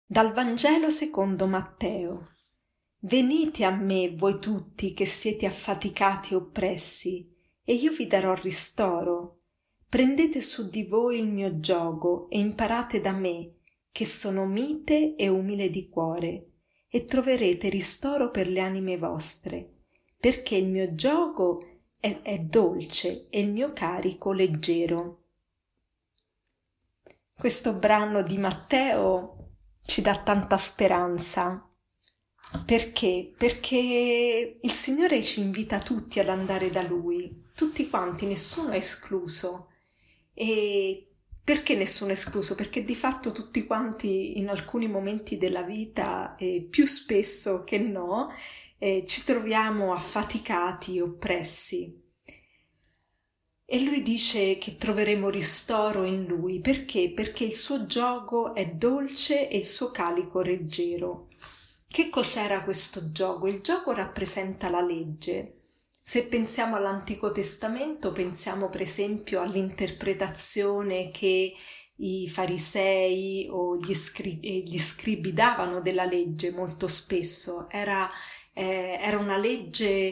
Dal Vangelo secondo Matteo. Venite a me, voi tutti che siete affaticati e oppressi, e io vi darò ristoro. Prendete su di voi il mio giogo e imparate da me, che sono mite e umile di cuore, e troverete ristoro per le anime vostre, perché il mio giogo è dolce e il mio carico leggero. Questo brano di Matteo ci dà tanta speranza. Perché? Perché il Signore ci invita tutti ad andare da Lui, tutti quanti, nessuno è escluso. E perché nessuno è escluso? Perché di fatto tutti quanti in alcuni momenti della vita, più spesso che no, ci troviamo affaticati, oppressi. E lui dice che troveremo ristoro in lui. Perché? Perché il suo giogo è dolce e il suo carico leggero. Che cos'era questo giogo? Il giogo rappresenta la legge. Se pensiamo all'Antico Testamento, pensiamo per esempio all'interpretazione che i farisei o gli scribi davano della legge molto spesso. Era una legge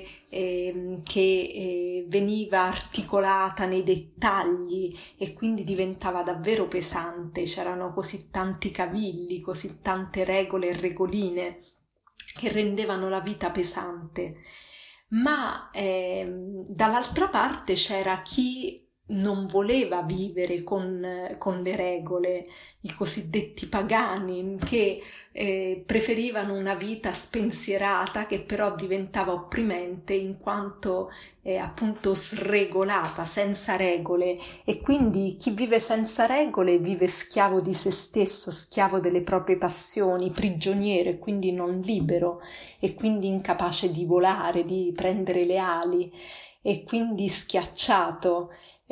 che veniva articolata nei dettagli e quindi diventava davvero pesante. C'erano così tanti cavilli, così tante regole e regoline che rendevano la vita pesante. Ma dall'altra parte c'era chi non voleva vivere con le regole, i cosiddetti pagani, che preferivano una vita spensierata che però diventava opprimente in quanto appunto sregolata, senza regole, e quindi chi vive senza regole vive schiavo di se stesso, schiavo delle proprie passioni, prigioniero e quindi non libero, e quindi incapace di volare, di prendere le ali, e quindi schiacciato.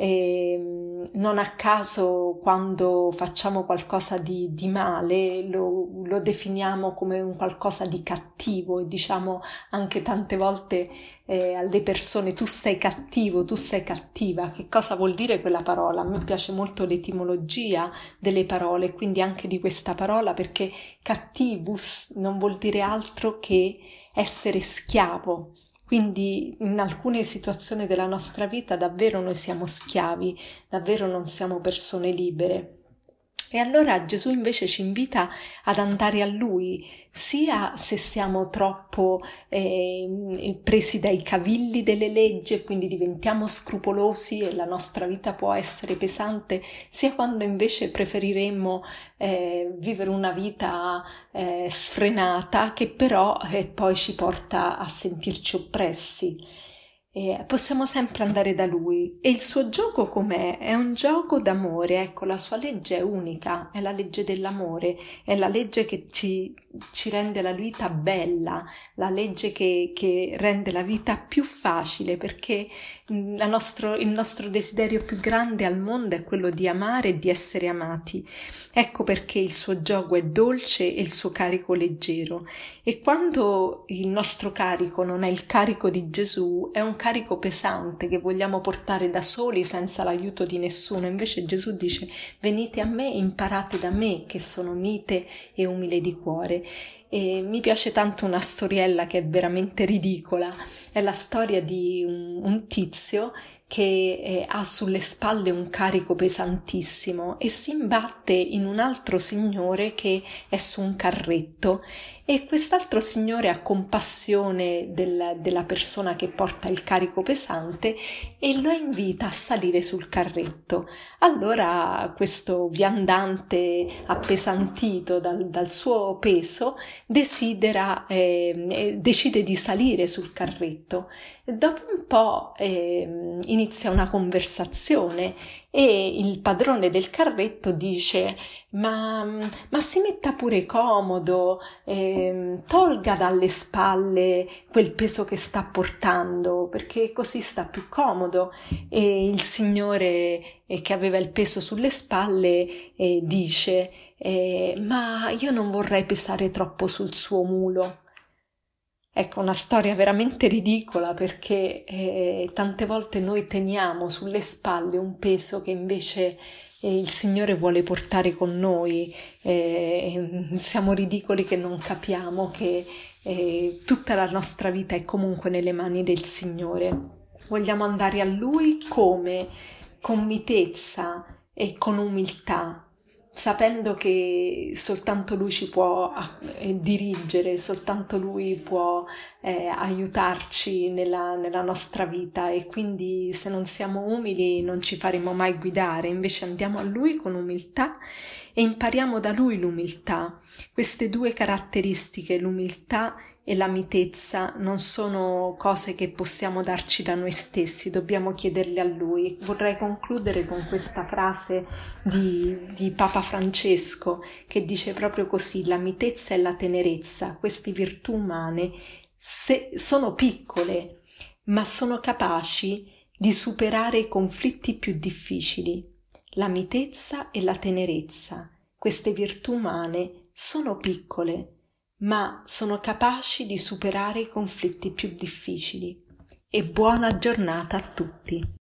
Non a caso quando facciamo qualcosa di male lo definiamo come un qualcosa di cattivo e diciamo anche tante volte alle persone: tu sei cattivo, tu sei cattiva. Che cosa vuol dire quella parola? A me piace molto l'etimologia delle parole, quindi anche di questa parola, perché cattivus non vuol dire altro che essere schiavo. Quindi in alcune situazioni della nostra vita davvero noi siamo schiavi, davvero non siamo persone libere. E allora Gesù invece ci invita ad andare a Lui, sia se siamo troppo presi dai cavilli delle leggi e quindi diventiamo scrupolosi e la nostra vita può essere pesante, sia quando invece preferiremmo vivere una vita sfrenata che però poi ci porta a sentirci oppressi. Possiamo sempre andare da Lui. E il suo gioco com'è? È un gioco d'amore. Ecco, la sua legge è unica, è la legge dell'amore, è la legge che ci rende la vita bella, la legge che rende la vita più facile, perché il nostro desiderio più grande al mondo è quello di amare e di essere amati. Ecco perché il suo gioco è dolce e il suo carico leggero. E quando il nostro carico non è il carico di Gesù, è un carico pesante che vogliamo portare da soli senza l'aiuto di nessuno. Invece Gesù dice: venite a me, imparate da me che sono mite e umile di cuore. E mi piace tanto una storiella che è veramente ridicola. È la storia di un tizio che ha sulle spalle un carico pesantissimo e si imbatte in un altro signore che è su un carretto, e quest'altro signore ha compassione della persona che porta il carico pesante e lo invita a salire sul carretto. Allora questo viandante appesantito dal suo peso decide di salire sul carretto. Dopo un po' inizia una conversazione e il padrone del carretto dice: ma si metta pure comodo, tolga dalle spalle quel peso che sta portando, perché così sta più comodo. E il signore che aveva il peso sulle spalle dice: ma io non vorrei pesare troppo sul suo mulo. Ecco, una storia veramente ridicola perché tante volte noi teniamo sulle spalle un peso che invece il Signore vuole portare con noi. Siamo ridicoli che non capiamo che tutta la nostra vita è comunque nelle mani del Signore. Vogliamo andare a Lui come? Con mitezza e con umiltà, sapendo che soltanto Lui ci può dirigere, soltanto Lui può aiutarci nella nostra vita, e quindi se non siamo umili non ci faremo mai guidare. Invece andiamo a Lui con umiltà e impariamo da Lui l'umiltà. Queste due caratteristiche, l'umiltà e la mitezza, non sono cose che possiamo darci da noi stessi, dobbiamo chiederle a Lui. Vorrei concludere con questa frase di Papa Francesco, che dice proprio così: la mitezza e la tenerezza, queste virtù umane, sono piccole, ma sono capaci di superare i conflitti più difficili. La mitezza e la tenerezza, queste virtù umane, sono piccole, ma sono capaci di superare i conflitti più difficili. E buona giornata a tutti.